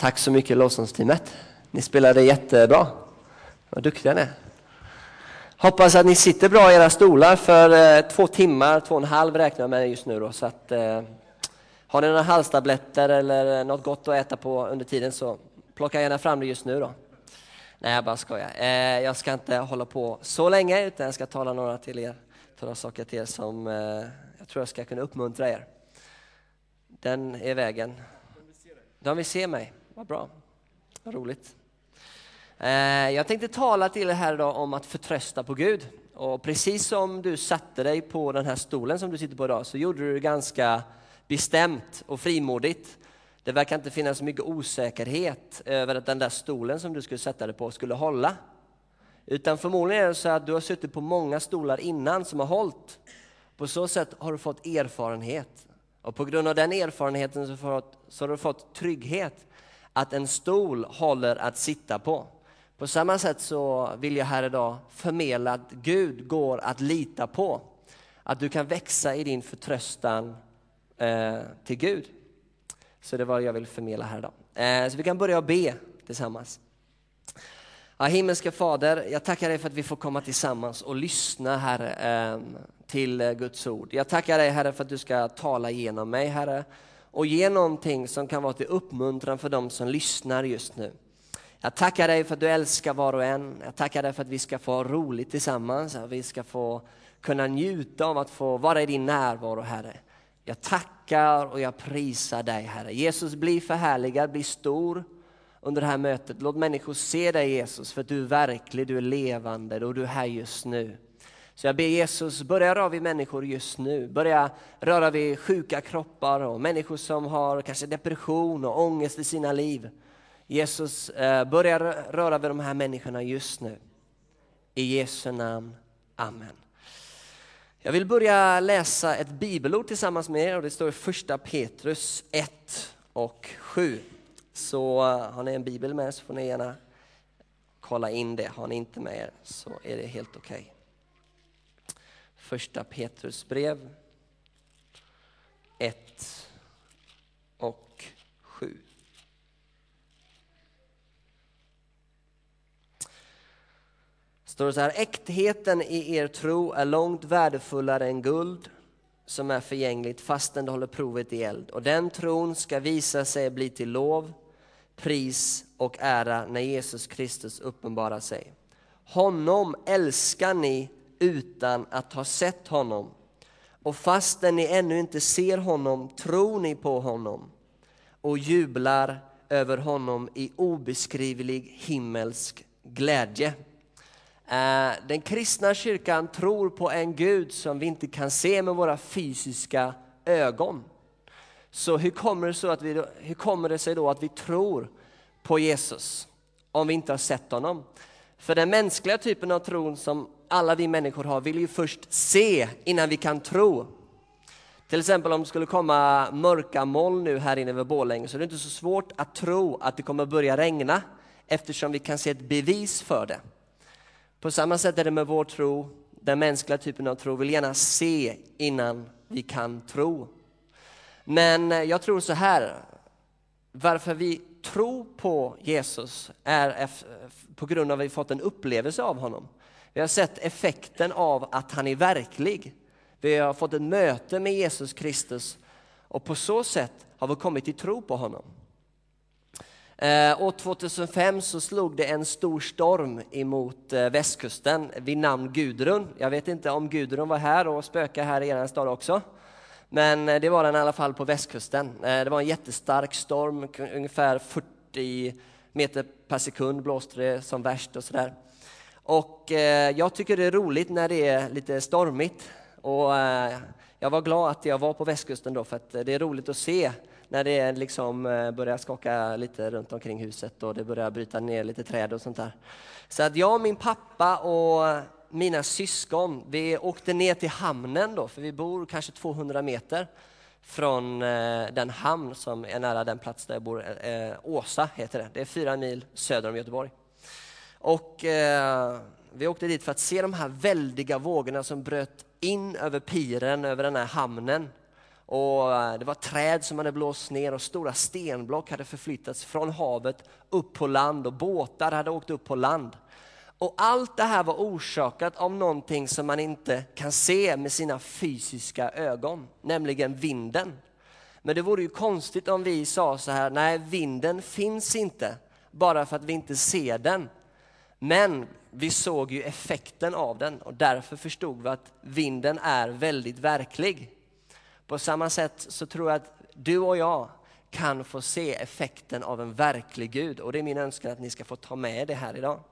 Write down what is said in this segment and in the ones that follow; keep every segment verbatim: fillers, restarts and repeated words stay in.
Tack så mycket lovsångsteamet. Ni spelade jättebra. Vad duktiga ni är. Hoppas att ni sitter bra i era stolar för eh, två timmar, två och en halv räknar jag med just nu då. Så att, eh, har ni några halstabletter eller något gott att äta på under tiden så plocka gärna fram det just nu då. Nej, jag bara skojar. Eh, jag ska inte hålla på så länge utan jag ska tala några till er. Några saker till er som eh, jag tror jag ska kunna uppmuntra er. Den är vägen. De vill se mig. Vad bra. Vad roligt. Eh, jag tänkte tala till er här idag om att förtrösta på Gud. Och precis som du satte dig på den här stolen som du sitter på idag så gjorde du det ganska bestämt och frimodigt. Det verkar inte finnas så mycket osäkerhet över att den där stolen som du skulle sätta dig på skulle hålla. Utan förmodligen är det så att du har suttit på många stolar innan som har hållit. På så sätt har du fått erfarenhet. Och på grund av den erfarenheten så, fått, så har du fått trygghet att en stol håller att sitta på. På samma sätt så vill jag här idag förmedla att Gud går att lita på. Att du kan växa i din förtröstan eh, till Gud. Så det var vad jag vill förmedla här idag. Eh, så vi kan börja be tillsammans. Ja, himmelska Fader, jag tackar dig för att vi får komma tillsammans och lyssna här eh, till Guds ord. Jag tackar dig Herre för att du ska tala genom mig Herre. Och ge någonting som kan vara till uppmuntran för dem som lyssnar just nu. Jag tackar dig för att du älskar var och en. Jag tackar dig för att vi ska få roligt tillsammans. Att vi ska få kunna njuta av att få vara i din närvaro Herre. Jag tackar och jag prisar dig Herre. Jesus, bli förhärligad, bli stor under det här mötet. Låt människor se dig Jesus för att du är verklig, du är levande och du är här just nu. Så jag ber Jesus, börja röra vid människor just nu. Börja röra vid sjuka kroppar och människor som har kanske depression och ångest i sina liv. Jesus, börja röra vid de här människorna just nu. I Jesu namn, amen. Jag vill börja läsa ett bibelord tillsammans med er och det står i första Petrus ett och sju. Så har ni en bibel med så får ni gärna kolla in det. Har ni inte med er så är det helt okej. Okay. Första Petrus brev ett och sju. Står det så här: äktheten i er tro är långt värdefullare än guld som är förgängligt fastän det håller provet i eld. Och den tron ska visa sig bli till lov, pris och ära när Jesus Kristus uppenbarar sig. Honom älskar ni utan att ha sett honom. Och fastän ni ännu inte ser honom tror ni på honom och jublar över honom i obeskrivlig himmelsk glädje. Den kristna kyrkan tror på en Gud som vi inte kan se med våra fysiska ögon. Så hur kommer det, så att vi, hur kommer det sig då att vi tror på Jesus om vi inte har sett honom? För den mänskliga typen av tron som alla vi människor har vill ju först se innan vi kan tro. Till exempel om det skulle komma mörka moln nu här inne över Borlänge så är det inte så svårt att tro att det kommer börja regna eftersom vi kan se ett bevis för det. På samma sätt är det med vår tro. Den mänskliga typen av tro vill gärna se innan vi kan tro. Men jag tror så här. Varför vi tror på Jesus är på grund av att vi fått en upplevelse av honom. Vi har sett effekten av att han är verklig. Vi har fått ett möte med Jesus Kristus. Och på så sätt har vi kommit till tro på honom. År tjugohundrafem så slog det en stor storm emot västkusten vid namn Gudrun. Jag vet inte om Gudrun var här och spökade här i er stad också. Men det var den i alla fall på västkusten. Det var en jättestark storm, ungefär fyrtio meter per sekund blåste det som värst och sådär. Och jag tycker det är roligt när det är lite stormigt. Och jag var glad att jag var på västkusten då för att det är roligt att se när det liksom börjar skaka lite runt omkring huset och det börjar bryta ner lite träd och sånt där. Så att jag och min pappa och mina syskon, vi åkte ner till hamnen då, för vi bor kanske tvåhundra meter från den hamn som är nära den plats där jag bor. Åsa heter det. Det är fyra mil söder om Göteborg. Och eh, vi åkte dit för att se de här väldiga vågorna som bröt in över piren, över den här hamnen. Och det var träd som hade blåst ner och stora stenblock hade förflyttats från havet upp på land och båtar hade åkt upp på land. Och allt det här var orsakat av någonting som man inte kan se med sina fysiska ögon, nämligen vinden. Men det vore ju konstigt om vi sa så här: nej, vinden finns inte bara för att vi inte ser den. Men vi såg ju effekten av den och därför förstod vi att vinden är väldigt verklig. På samma sätt så tror jag att du och jag kan få se effekten av en verklig Gud. Och det är min önskan att ni ska få ta med det här idag.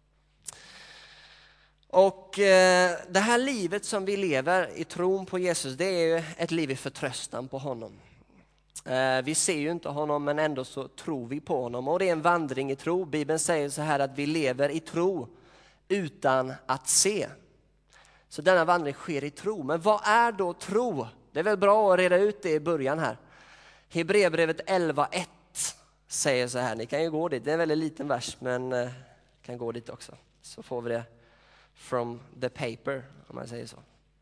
Och eh, det här livet som vi lever i tron på Jesus, det är ju ett liv i förtröstan på honom. Eh, vi ser ju inte honom, men ändå så tror vi på honom. Och det är en vandring i tro. Bibeln säger så här att vi lever i tro utan att se. Så denna vandring sker i tro. Men vad är då tro? Det är väl bra att reda ut det i början här. Hebreerbrevet elva ett säger så här. Ni kan ju gå dit. Det är en väldigt liten vers, men eh, kan gå dit också. Så får vi det from the paper, om man säger så.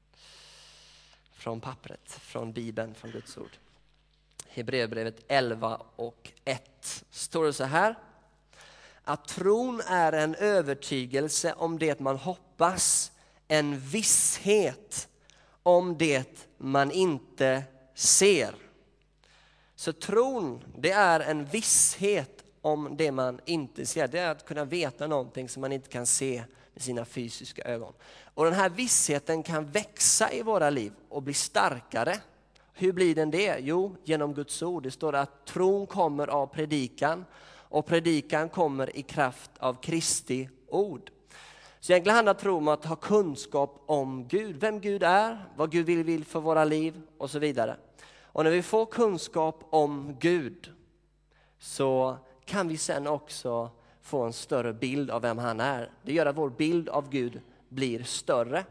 Från pappret, från Bibeln, från Guds ord. Hebreerbrevet elva och ett står det så här. Att tron är en övertygelse om det man hoppas, en visshet om det man inte ser. Så tron, det är en visshet om det man inte ser. Det är att kunna veta någonting som man inte kan se med sina fysiska ögon. Och den här vissheten kan växa i våra liv och bli starkare. Hur blir den det? Jo, genom Guds ord. Det står att tron kommer av predikan och predikan kommer i kraft av Kristi ord. Så egentligen handlar tro om att ha kunskap om Gud. Vem Gud är, vad Gud vill, vill för våra liv och så vidare. Och när vi får kunskap om Gud så kan vi sen också få en större bild av vem han är. Det gör att vår bild av Gud blir större.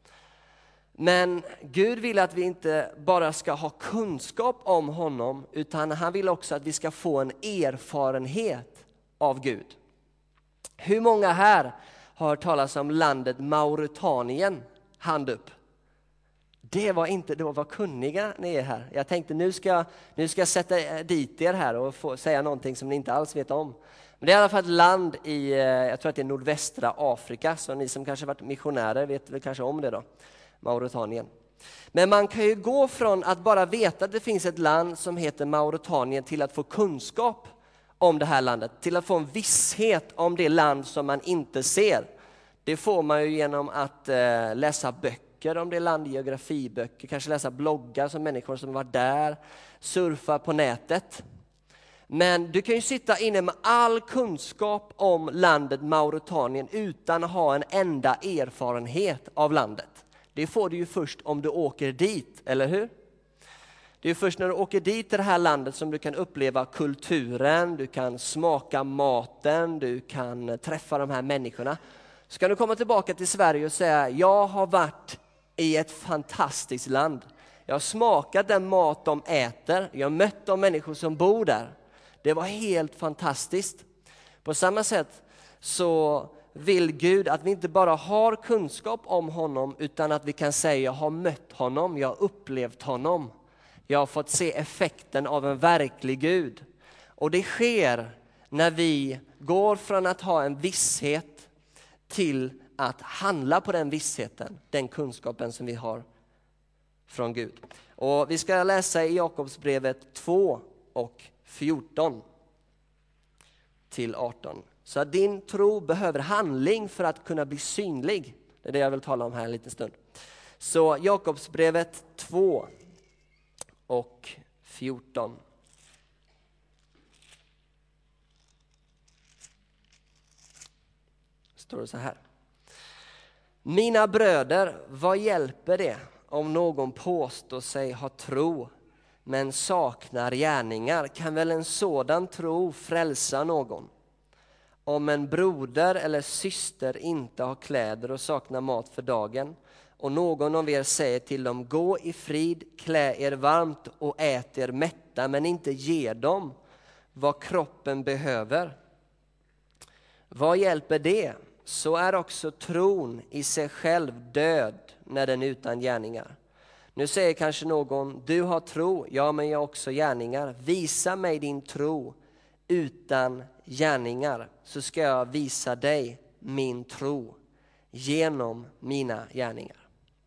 Men Gud vill att vi inte bara ska ha kunskap om honom, utan han vill också att vi ska få en erfarenhet av Gud. Hur många här har hört talas om landet Mauretanien? Hand upp. Det var inte, det var vad kunniga ni är här. Jag tänkte nu ska, nu ska jag sätta dit er här och få säga någonting som ni inte alls vet om. Men det är i alla fall ett land i, jag tror att det är nordvästra Afrika, så ni som kanske varit missionärer vet väl kanske om det då. Mauretanien. Men man kan ju gå från att bara veta att det finns ett land som heter Mauretanien till att få kunskap om det här landet, till att få en visshet om det land som man inte ser. Det får man ju genom att eh, läsa böcker om det land, geografiböcker, kanske läsa bloggar som människor som var där, surfa på nätet. Men du kan ju sitta inne med all kunskap om landet Mauretanien utan att ha en enda erfarenhet av landet. Det får du ju först om du åker dit, eller hur? Det är först när du åker dit till det här landet som du kan uppleva kulturen, du kan smaka maten, du kan träffa de här människorna. Så kan du komma tillbaka till Sverige och säga, jag har varit i ett fantastiskt land. Jag har smakat den mat de äter, jag har mött de människor som bor där. Det var helt fantastiskt. På samma sätt så vill Gud att vi inte bara har kunskap om honom, utan att vi kan säga, jag har mött honom, jag har upplevt honom. Jag har fått se effekten av en verklig Gud. Och det sker när vi går från att ha en visshet till att handla på den vissheten, den kunskapen som vi har från Gud. Och vi ska läsa i Jakobsbrevet två och fjorton till arton. Så att din tro behöver handling för att kunna bli synlig. Det är det jag vill tala om här en liten stund. Så Jakobsbrevet två och fjorton. Står det så här. Mina bröder, vad hjälper det om någon påstår sig ha tro men saknar gärningar? Kan väl en sådan tro frälsa någon? Om en broder eller syster inte har kläder och saknar mat för dagen, och någon av er säger till dem, gå i frid, klä er varmt och ät er mätta, men inte ger dem vad kroppen behöver. Vad hjälper det? Så är också tron i sig själv död när den är utan gärningar. Nu säger kanske någon, du har tro, ja men jag har också gärningar. Visa mig din tro utan gärningar, så ska jag visa dig min tro genom mina gärningar.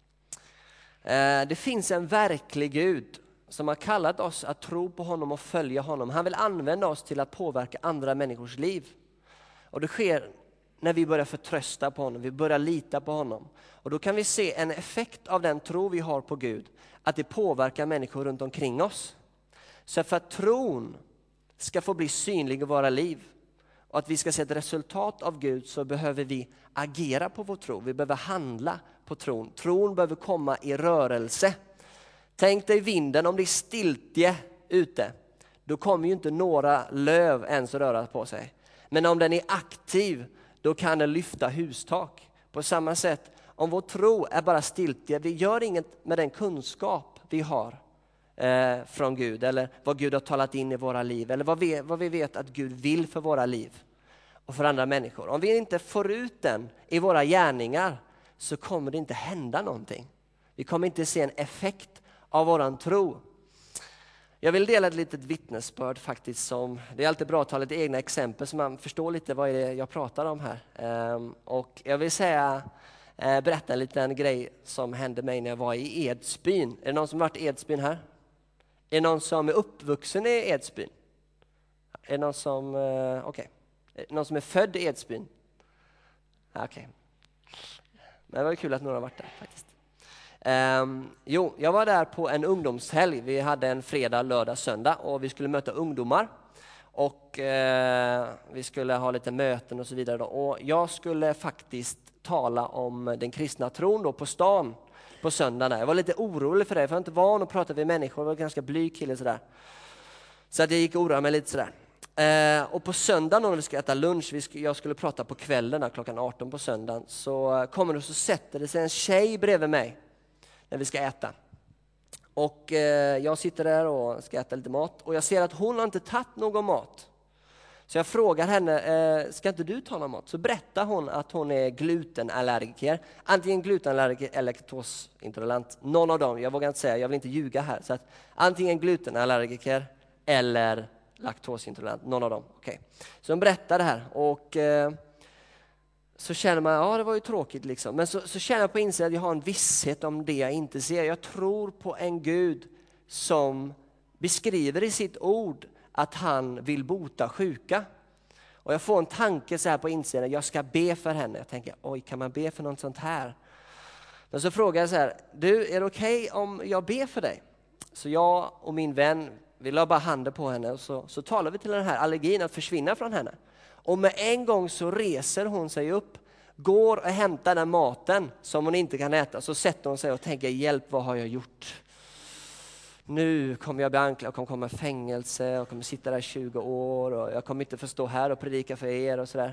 Det finns en verklig Gud som har kallat oss att tro på honom och följa honom. Han vill använda oss till att påverka andra människors liv. Och det sker när vi börjar förtrösta på honom, vi börjar lita på honom. Och då kan vi se en effekt av den tro vi har på Gud, att det påverkar människor runt omkring oss. Så för att tron ska få bli synlig i våra liv och att vi ska se ett resultat av Gud, så behöver vi agera på vår tro. Vi behöver handla på tron. Tron behöver komma i rörelse. Tänk dig vinden, om det är stiltje ute, då kommer ju inte några löv ens röra på sig. Men om den är aktiv, då kan den lyfta hustak. På samma sätt, om vår tro är bara stiltje, vi gör inget med den kunskap vi har eh, från Gud, eller vad Gud har talat in i våra liv, eller vad vi, vad vi vet att Gud vill för våra liv och för andra människor. Om vi inte får ut den i våra gärningar, så kommer det inte hända någonting. Vi kommer inte se en effekt av våran tro. Jag vill dela ett litet vittnesbörd faktiskt. Som, det är alltid bra att ta lite egna exempel så man förstår lite vad är det jag pratar om här. Um, och jag vill säga, uh, berätta en liten grej som hände mig när jag var i Edsbyn. Är det någon som har varit i Edsbyn här? Är det någon som är uppvuxen i Edsbyn? Är det någon som, uh, okej. Okay. Någon som är född i Edsbyn? Okej. Okay. Men det var kul att några har varit där faktiskt. Um, jo, jag var där på en ungdomshelg. Vi hade en fredag, lördag, söndag och vi skulle möta ungdomar. Och uh, vi skulle ha lite möten och så vidare. Då. Och jag skulle faktiskt tala om den kristna tron då på stan på söndagen. Jag var lite orolig för det, för jag var inte van att prata med människor. Jag var ganska blyg kille sådär. Så att jag gick och oroade mig lite sådär. Uh, och på söndagen när vi ska äta lunch, vi sk- jag skulle prata på kvällen där, klockan arton på söndagen, så kommer det så sätter det sig en tjej bredvid mig när vi ska äta. Och eh, jag sitter där och ska äta lite mat, och jag ser att hon har inte tagit någon mat. Så jag frågar henne, eh, ska inte du ta någon mat? Så berättar hon att hon är glutenallergiker. Antingen glutenallergiker eller laktosintolerant. Någon av dem, jag vågar inte säga, jag vill inte ljuga här. Så att antingen glutenallergiker eller laktosintolerant, någon av dem. Okay. Så hon berättar det här och eh, så känner man, ja det var ju tråkigt liksom. Men så, så känner jag på insidan att jag har en visshet om det jag inte ser. Jag tror på en Gud som beskriver i sitt ord att han vill bota sjuka. Och jag får en tanke så här på insidan, jag ska be för henne. Jag tänker, oj, kan man be för något sånt här? Men så frågar jag så här, du, är det okej okay om jag ber för dig? Så jag och min vän, vi la bara handen på henne och så, så talar vi till den här allergin att försvinna från henne. Och med en gång så reser hon sig upp, går och hämtar den maten som hon inte kan äta. Så sätter hon sig och tänker, hjälp, vad har jag gjort? Nu kommer jag bli anklagad, jag kommer komma i fängelse, jag kommer sitta där tjugo år och jag kommer inte få stå här och predika för er och sådär.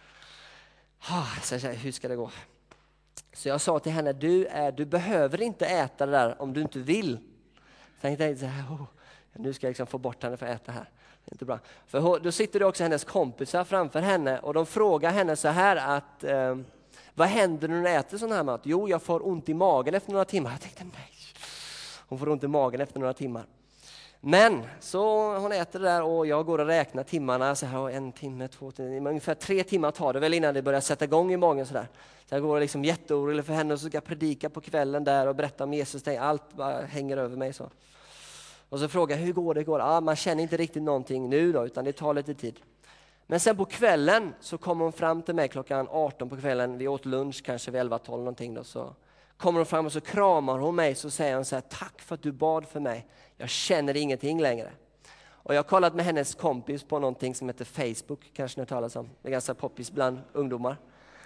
Så jag säger, hur ska det gå? Så jag sa till henne, du, är, du behöver inte äta det där om du inte vill. Så jag tänkte så här, oh, nu ska jag liksom få bort henne för att äta här. Det är inte bra. För hon, då sitter det också hennes kompisar framför henne och de frågar henne så här att eh, vad händer när du äter sån här mat? Jo, jag får ont i magen efter några timmar. Jag tänkte nej, hon får ont i magen efter några timmar. Men så hon äter det där och jag går och räknar timmarna så här, en timme, två timmar, ungefär tre timmar tar det väl innan det börjar sätta igång i magen så där. Så jag går liksom jätteorolig för henne och så ska jag predika på kvällen där och berätta om Jesus. Allt bara hänger över mig så. Och så frågar jag, hur går det? Går? Ah, man känner inte riktigt någonting nu då, utan det tar lite tid. Men sen på kvällen så kommer hon fram till mig klockan arton på kvällen. Vi åt lunch kanske vid elva tolv någonting då. Så kommer hon fram och så kramar hon mig, så säger hon så här, tack för att du bad för mig. Jag känner ingenting längre. Och jag har kollat med hennes kompis på någonting som heter Facebook, kanske ni talar om. Det är ganska poppis bland ungdomar.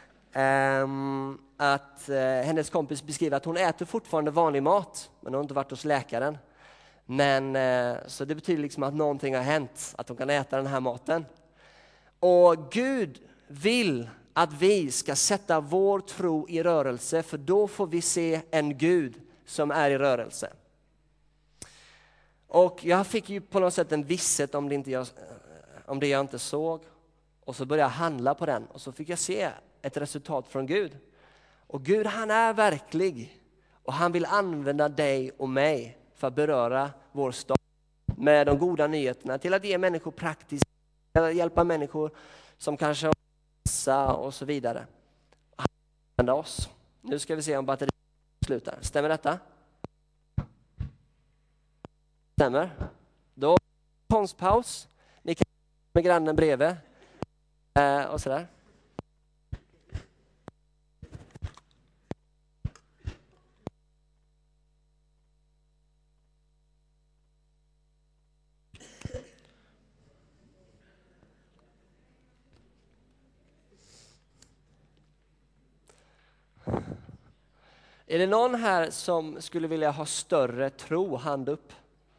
Um, att uh, hennes kompis beskriver att hon äter fortfarande vanlig mat, men hon har inte varit hos läkaren. Men uh, så det betyder liksom att någonting har hänt, att hon kan äta den här maten. Och Gud vill att vi ska sätta vår tro i rörelse, för då får vi se en Gud som är i rörelse. Och jag fick ju på något sätt en visshet om det, inte jag, om det jag inte såg. Och så började jag handla på den. Och så fick jag se ett resultat från Gud. Och Gud, han är verklig. Och han vill använda dig och mig för att beröra vår stad med de goda nyheterna, till att ge människor praktiskt, eller hjälpa människor som kanske har massa och så vidare. Han vill använda oss. Nu ska vi se om batteriet slutar. Stämmer detta? Stämmer. Då konstpaus. Ni kan med grannen bredvid. Eh, och sådär. Är det någon här som skulle vilja ha större tro? Hand upp.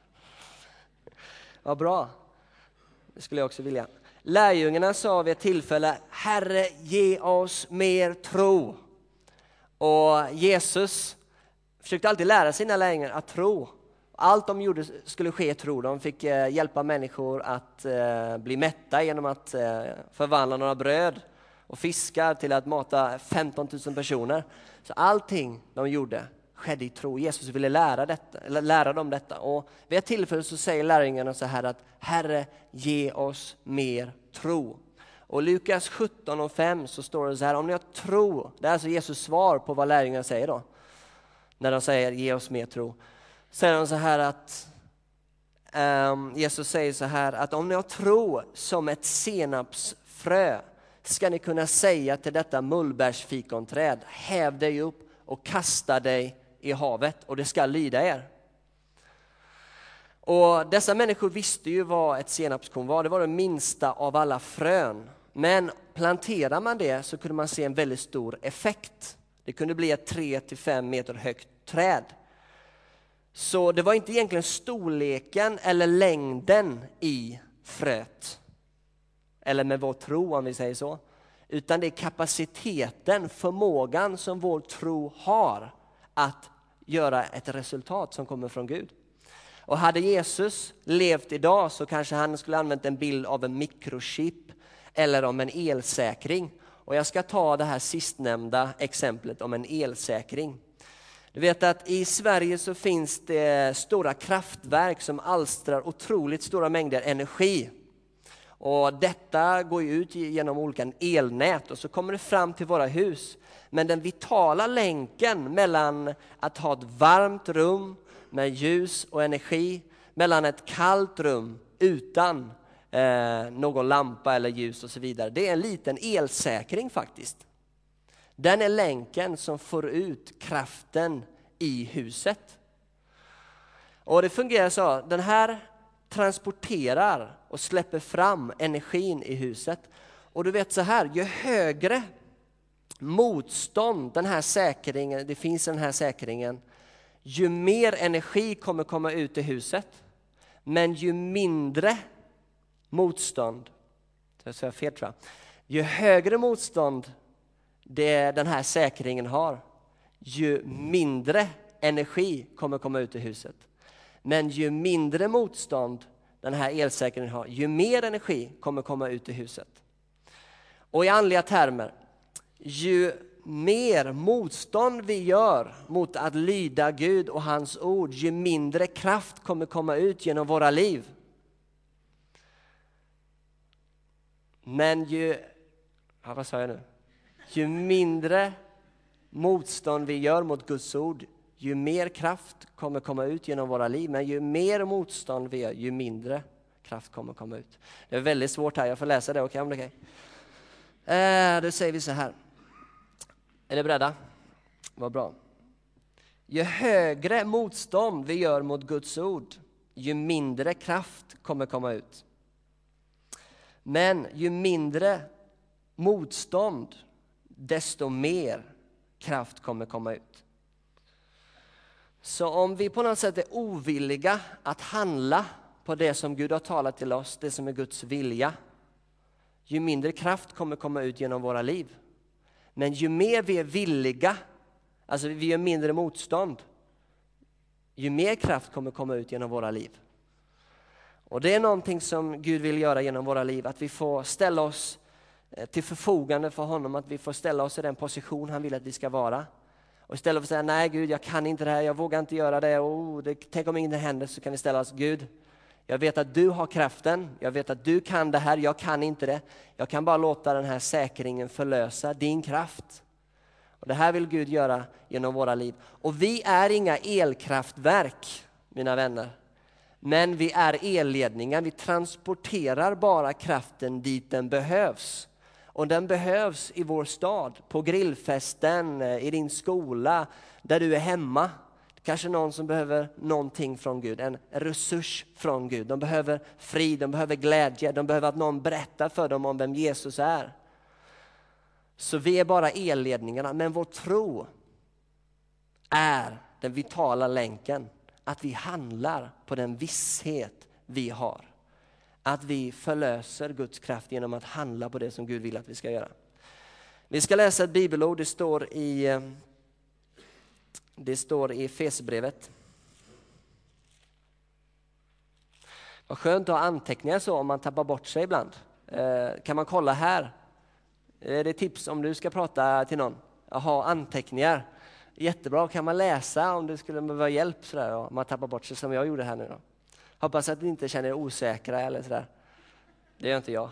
Vad bra. Det skulle jag också vilja. Lärjungarna sa vid ett tillfälle: Herre, ge oss mer tro. Och Jesus försökte alltid lära sina lärjungar att tro. Allt de gjorde skulle ske i tro. De fick hjälpa människor att bli mätta genom att förvandla några bröd och fiskar till att mata femton tusen personer. Så allting de gjorde skedde i tro. Jesus ville lära, detta, eller lära dem detta. Och vid ett tillfälle så säger lärjungarna så här att Herre, ge oss mer tro. Och Lukas sjutton och fem så står det så här: om ni har tro, det är alltså Jesus svar på vad lärjungarna säger då. När de säger ge oss mer tro. Säger de så här att um, Jesus säger så här att om ni har tro som ett senapsfrö, ska ni kunna säga till detta mullbärsfikonträd: häv dig upp och kasta dig i havet, och det ska lyda er. Och dessa människor visste ju vad ett senapskorn var. Det var det minsta av alla frön. Men planterar man det så kunde man se en väldigt stor effekt. Det kunde bli ett tre till fem meter högt träd. Så det var inte egentligen storleken eller längden i fröet, eller med vår tro om vi säger så, utan det är kapaciteten, förmågan som vår tro har att göra ett resultat som kommer från Gud. Och hade Jesus levt idag så kanske han skulle använt en bild av en mikrochip eller om en elsäkring. Och jag ska ta det här sistnämnda exemplet om en elsäkring. Du vet att i Sverige så finns det stora kraftverk som alstrar otroligt stora mängder energi. Och detta går ju ut genom olika elnät och så kommer det fram till våra hus. Men den vitala länken mellan att ha ett varmt rum med ljus och energi, mellan ett kallt rum utan eh, någon lampa eller ljus och så vidare, det är en liten elsäkring faktiskt. Den är länken som får ut kraften i huset. Och det fungerar så, den här transporterar och släpper fram energin i huset. Och du vet så här, ju högre motstånd den här säkringen, det finns i den här säkringen, ju mer energi kommer komma ut i huset. Men ju mindre motstånd, så jag fel tror jag, ju högre motstånd det den här säkringen har, ju mindre energi kommer komma ut i huset. Men ju mindre motstånd den här elsäkringen har, ju mer energi kommer komma ut i huset. Och i andliga termer, ju mer motstånd vi gör mot att lyda Gud och hans ord, ju mindre kraft kommer komma ut genom våra liv. Men ju, ja, vad sa jag nu? Ju mindre motstånd vi gör mot Guds ord, ju mer kraft kommer komma ut genom våra liv. Men ju mer motstånd vi gör, ju mindre kraft kommer komma ut. Det är väldigt svårt här, jag får läsa det. Okej, okay, okay. eh, Då säger vi så här. Är ni beredda? Vad bra. Ju högre motstånd vi gör mot Guds ord, ju mindre kraft kommer komma ut. Men ju mindre motstånd, desto mer kraft kommer komma ut. Så om vi på något sätt är ovilliga att handla på det som Gud har talat till oss, det som är Guds vilja, ju mindre kraft kommer komma ut genom våra liv. Men ju mer vi är villiga, alltså vi gör mindre motstånd, ju mer kraft kommer komma ut genom våra liv. Och det är någonting som Gud vill göra genom våra liv, att vi får ställa oss till förfogande för honom, att vi får ställa oss i den position han vill att vi ska vara. Och istället för att säga, nej Gud, jag kan inte det här, jag vågar inte göra det. Oh, det tänk om ingenting händer, så kan vi ställa oss, Gud, jag vet att du har kraften, jag vet att du kan det här, jag kan inte det. Jag kan bara låta den här säkringen förlösa din kraft. Och det här vill Gud göra genom våra liv. Och vi är inga elkraftverk, mina vänner. Men vi är elledningar, vi transporterar bara kraften dit den behövs. Och den behövs i vår stad, på grillfesten, i din skola, där du är hemma. Kanske någon som behöver någonting från Gud, en resurs från Gud. De behöver frid, de behöver glädje, de behöver att någon berättar för dem om vem Jesus är. Så vi är bara elledningarna, men vår tro är den vitala länken. Att vi handlar på den visshet vi har. Att vi förlöser Guds kraft genom att handla på det som Gud vill att vi ska göra. Vi ska läsa ett bibelord, det står i, det står i Efesierbrevet. Vad skönt att ha anteckningar så om man tappar bort sig ibland. Eh, kan man kolla här? Det är tips om du ska prata till någon. Ha anteckningar. Jättebra, kan man läsa om det skulle behöva hjälp sådär, om man tappar bort sig som jag gjorde här nu då. Hoppas att ni inte känner er osäkra eller sådär. Det gör inte jag.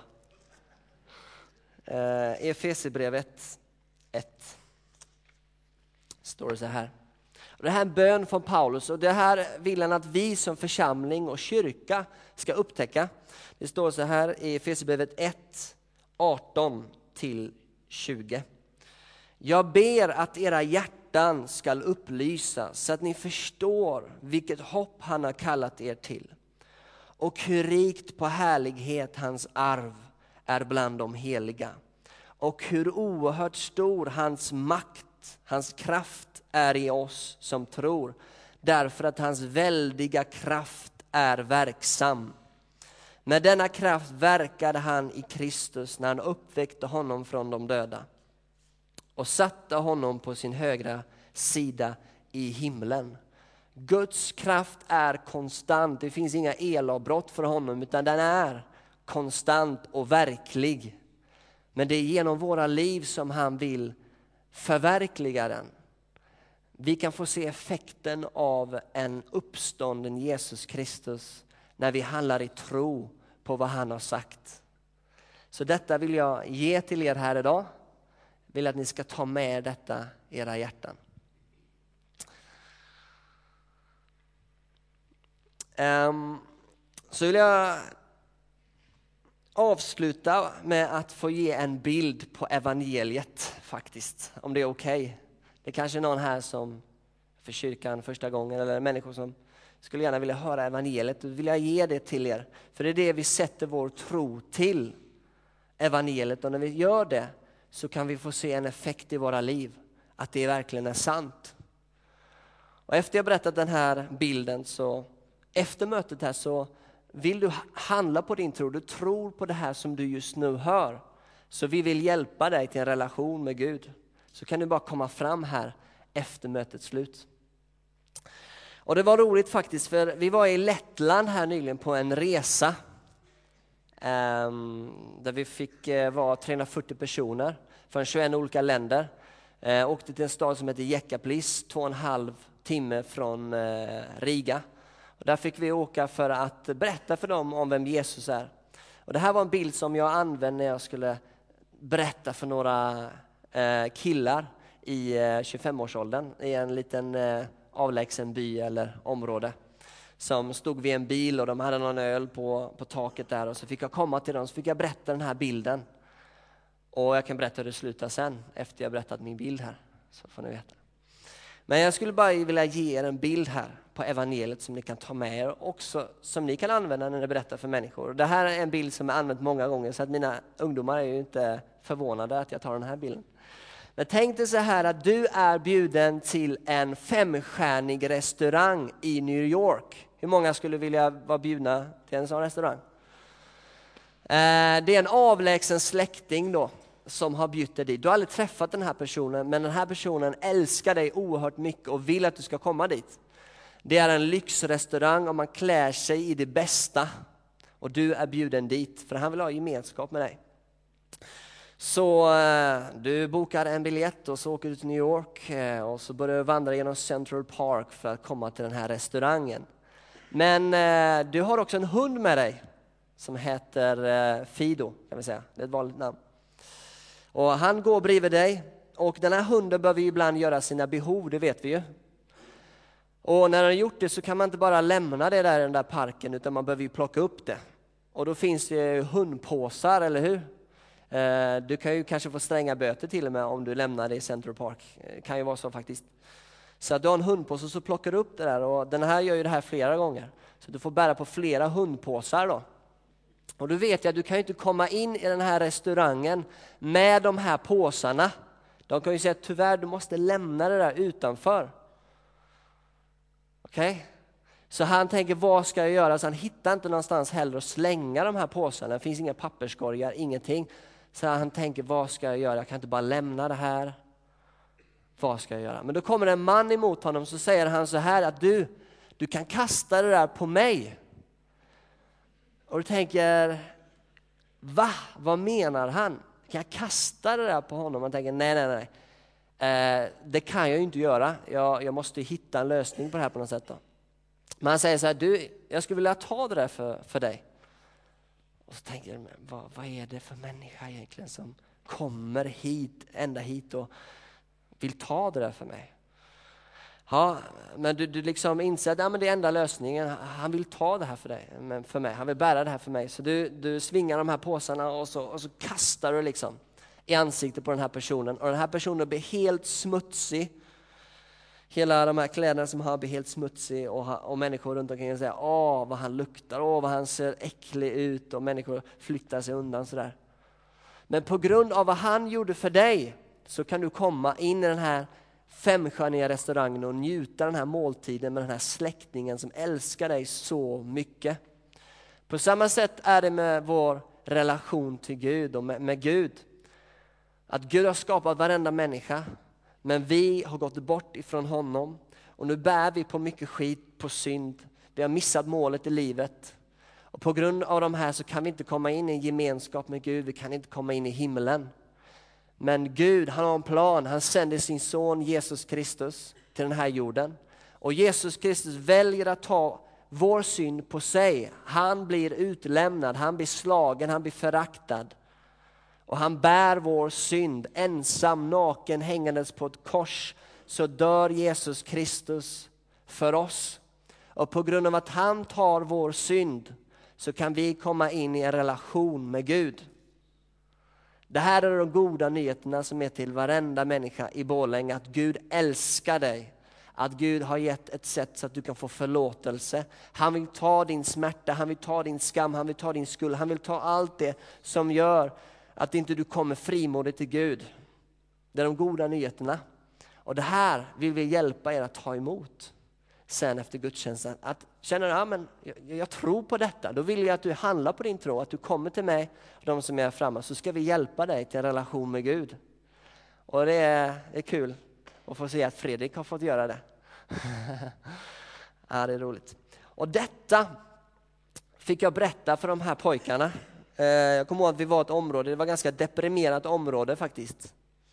Eh, Efesierbrevet ett står det så här. Och det här är en bön från Paulus, och det här vill han att vi som församling och kyrka ska upptäcka. Det står så här i Efesierbrevet ett, arton till tjugo. Jag ber att era hjärtan ska upplysas så att ni förstår vilket hopp han har kallat er till. Och hur rikt på härlighet hans arv är bland de heliga. Och hur oerhört stor hans makt, hans kraft är i oss som tror. Därför att hans väldiga kraft är verksam. Med denna kraft verkade han i Kristus när han uppväckte honom från de döda. Och satte honom på sin högra sida i himlen. Guds kraft är konstant. Det finns inga elavbrott för honom, utan den är konstant och verklig. Men det är genom våra liv som han vill förverkliga den. Vi kan få se effekten av en uppstånden Jesus Kristus när vi handlar i tro på vad han har sagt. Så detta vill jag ge till er här idag. Jag vill att ni ska ta med detta i era hjärtan. Um, så vill jag avsluta med att få ge en bild på evangeliet faktiskt, om det är okej. Okay. Det är kanske någon här som för kyrkan första gången, eller människor som skulle gärna vilja höra evangeliet. Då vill jag ge det till er, för det är det vi sätter vår tro till, evangeliet. Och när vi gör det så kan vi få se en effekt i våra liv, att det verkligen är sant. Och efter jag berättat den här bilden, så efter mötet här, så vill du handla på din tro. Du tror på det här som du just nu hör. Så vi vill hjälpa dig till en relation med Gud. Så kan du bara komma fram här efter mötets slut. Och det var roligt faktiskt, för vi var i Lettland här nyligen på en resa. Um, där vi fick uh, vara trehundrafyrtio personer från tjugoett olika länder. Uh, åkte till en stad som heter Jekaplis, två och en halv timme från uh, Riga. Och där fick vi åka för att berätta för dem om vem Jesus är. Och det här var en bild som jag använde när jag skulle berätta för några uh, killar i uh, tjugofemårsåldern i en liten uh, avlägsen by eller område. Som stod vid en bil och de hade någon öl på, på taket där, och så fick jag komma till dem, så fick jag berätta den här bilden. Och jag kan berätta hur det slutar sen efter jag berättat min bild här, så får ni veta. Men jag skulle bara vilja ge er en bild här på evangeliet som ni kan ta med er också, som ni kan använda när ni berättar för människor. Det här är en bild som jag använt många gånger, så att mina ungdomar är ju inte förvånade att jag tar den här bilden. Men tänk dig så här att du är bjuden till en femstjärnig restaurang i New York. Hur många skulle vilja vara bjudna till en sån restaurang? Det är en avlägsen släkting då som har bjudit dig dit. Du har aldrig träffat den här personen, men den här personen älskar dig oerhört mycket och vill att du ska komma dit. Det är en lyxrestaurang och man klär sig i det bästa. Och du är bjuden dit för han vill ha gemenskap med dig. Så eh, du bokar en biljett och så åker du till New York eh, och så börjar du vandra genom Central Park för att komma till den här restaurangen. Men eh, du har också en hund med dig som heter eh, Fido, kan vi säga. Det är ett vanligt namn. Och han går bredvid dig och den här hunden behöver ju ibland göra sina behov, det vet vi ju. Och när han har gjort det så kan man inte bara lämna det där i den där parken utan man behöver ju plocka upp det. Och då finns det hundpåsar, eller hur? Du kan ju kanske få stränga böter till och med om du lämnar det i Central Park. Det kan ju vara så faktiskt. Så att du har en hundpåse och så plockar du upp det där. Och den här gör ju det här flera gånger. Så du får bära på flera hundpåsar då. Och du vet ju att du kan ju inte komma in i den här restaurangen med de här påsarna. De kan ju säga att tyvärr du måste lämna det där utanför. Okej? Okay? Så han tänker, vad ska jag göra? Så han hittar inte någonstans heller att slänga de här påsarna. Det finns inga papperskorgar, ingenting. Så han tänker, vad ska jag göra? Jag kan inte bara lämna det här. Vad ska jag göra? Men då kommer en man emot honom, så säger han så här att du, du kan kasta det där på mig. Och du tänker, va? Vad menar han? Kan jag kasta det där på honom? Man tänker, nej, nej, nej. Eh, det kan jag ju inte göra. Jag, jag måste hitta en lösning på det här på något sätt då. Men han säger så här, du, jag skulle vilja ta det där för, för dig. Och så tänker jag, vad, vad är det för människa egentligen som kommer hit, ända hit och vill ta det där för mig? Ja, men du, du liksom inser att ja, men det är enda lösningen. Han vill ta det här för dig, men för mig. Han vill bära det här för mig. Så du, du svingar de här påsarna och så, och så kastar du liksom i ansiktet på den här personen. Och den här personen blir helt smutsig. Hela de här kläderna som han blir helt smutsig och, och människor runt omkring säger, åh vad han luktar, åh vad han ser äcklig ut, och människor flyttar sig undan sådär. Men på grund av vad han gjorde för dig så kan du komma in i den här femstjärniga restaurangen och njuta den här måltiden med den här släktingen som älskar dig så mycket. På samma sätt är det med vår relation till Gud och med, med Gud. Att Gud har skapat varenda människa. Men vi har gått bort ifrån honom och nu bär vi på mycket skit, på synd. Vi har missat målet i livet. Och på grund av de här så kan vi inte komma in i en gemenskap med Gud. Vi kan inte komma in i himlen. Men Gud, han har en plan. Han sänder sin son Jesus Kristus till den här jorden. Och Jesus Kristus väljer att ta vår synd på sig. Han blir utlämnad, han blir slagen, han blir föraktad. Och han bär vår synd ensam, naken, hängandes på ett kors. Så dör Jesus Kristus för oss. Och på grund av att han tar vår synd så kan vi komma in i en relation med Gud. Det här är de goda nyheterna som är till varenda människa i Borlänge. Att Gud älskar dig. Att Gud har gett ett sätt så att du kan få förlåtelse. Han vill ta din smärta, han vill ta din skam, han vill ta din skuld. Han vill ta allt det som gör att inte du kommer frimodigt till Gud. Det är de goda nyheterna. Och det här vill vi hjälpa er att ta emot sen efter gudstjänsten. Att känna, ja, men jag, jag tror på detta. Då vill jag att du handlar på din tro. Att du kommer till mig, de som är framme. Så ska vi hjälpa dig till en relation med Gud. Och det är, det är kul att få se att Fredrik har fått göra det. Ja, det är roligt. Och detta fick jag berätta för de här pojkarna. Jag kommer ihåg att vi var ett område, det var ett ganska deprimerat område faktiskt.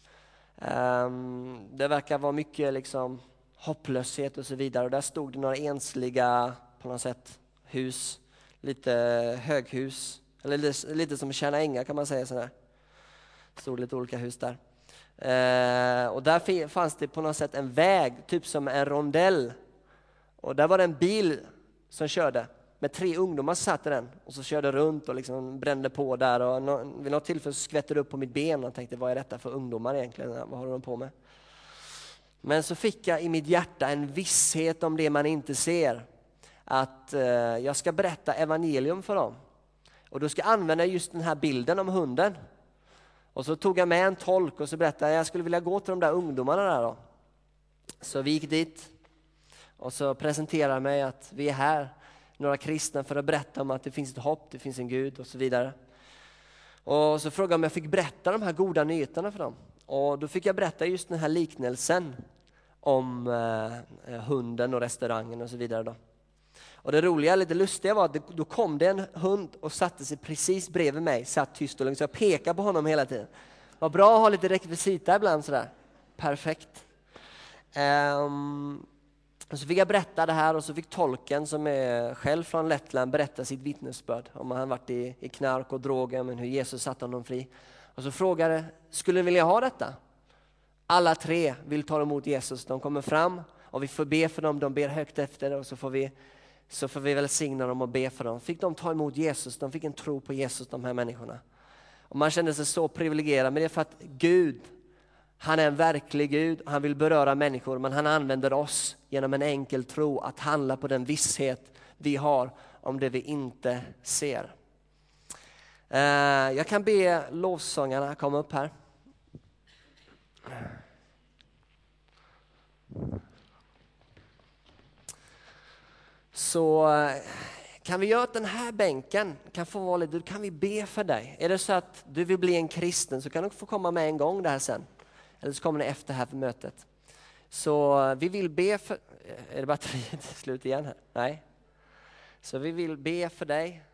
Det verkar vara mycket liksom hopplöshet och så vidare. Och där stod det några ensliga på något sätt hus, lite höghus. Eller lite, lite som Tjärna Ängar kan man säga sådär. Stod lite olika hus där. Och där fanns det på något sätt en väg, typ som en rondell. Och där var det en bil som körde. Med tre ungdomar satt i den och så körde runt och liksom brände på där. Och no, vid något tillfälle skvätte det upp på mitt ben och tänkte, vad är detta för ungdomar egentligen? Vad håller de på med? Men så fick jag i mitt hjärta en visshet om det man inte ser. Att eh, jag ska berätta evangelium för dem. Och då ska jag använda just den här bilden om hunden. Och så tog jag med en tolk och så berättade jag, jag skulle vilja gå till de där ungdomarna där då. Så vi gick dit och så presenterade mig att vi är här. Några kristna för att berätta om att det finns ett hopp, det finns en Gud och så vidare. Och så frågade jag om jag fick berätta de här goda nyheterna för dem. Och då fick jag berätta just den här liknelsen om eh, hunden och restaurangen och så vidare då. Och det roliga, lite lustiga var att det, då kom det en hund och satte sig precis bredvid mig, satt tyst och lugnt. Så jag pekade på honom hela tiden. Vad bra att ha lite rekvisita ibland sådär. Perfekt. Um, och så fick jag berätta det här och så fick tolken som är själv från Lettland berätta sitt vittnesbörd om han varit i, i knark och droger, men hur Jesus satte honom fri. Och så frågade, skulle ni vilja ha detta? Alla tre vill ta emot Jesus. De kommer fram och vi får be för dem. De ber högt efter det och så får vi, så får vi välsigna dem och be för dem. Fick de ta emot Jesus? De fick en tro på Jesus, de här människorna. Och man kände sig så privilegierad. Men det är för att Gud, han är en verklig Gud. Han vill beröra människor, men han använder oss genom en enkel tro att handla på den visshet vi har om det vi inte ser. Jag kan be lovsångarna komma upp här. Så kan vi göra att den här bänken kan få vara lite, kan vi be för dig. Är det så att du vill bli en kristen så kan du få komma med en gång där sen. Eller så kommer ni efter här för mötet. Så vi vill be för, är det batteriet slut igen här? Nej. Så vi vill be för dig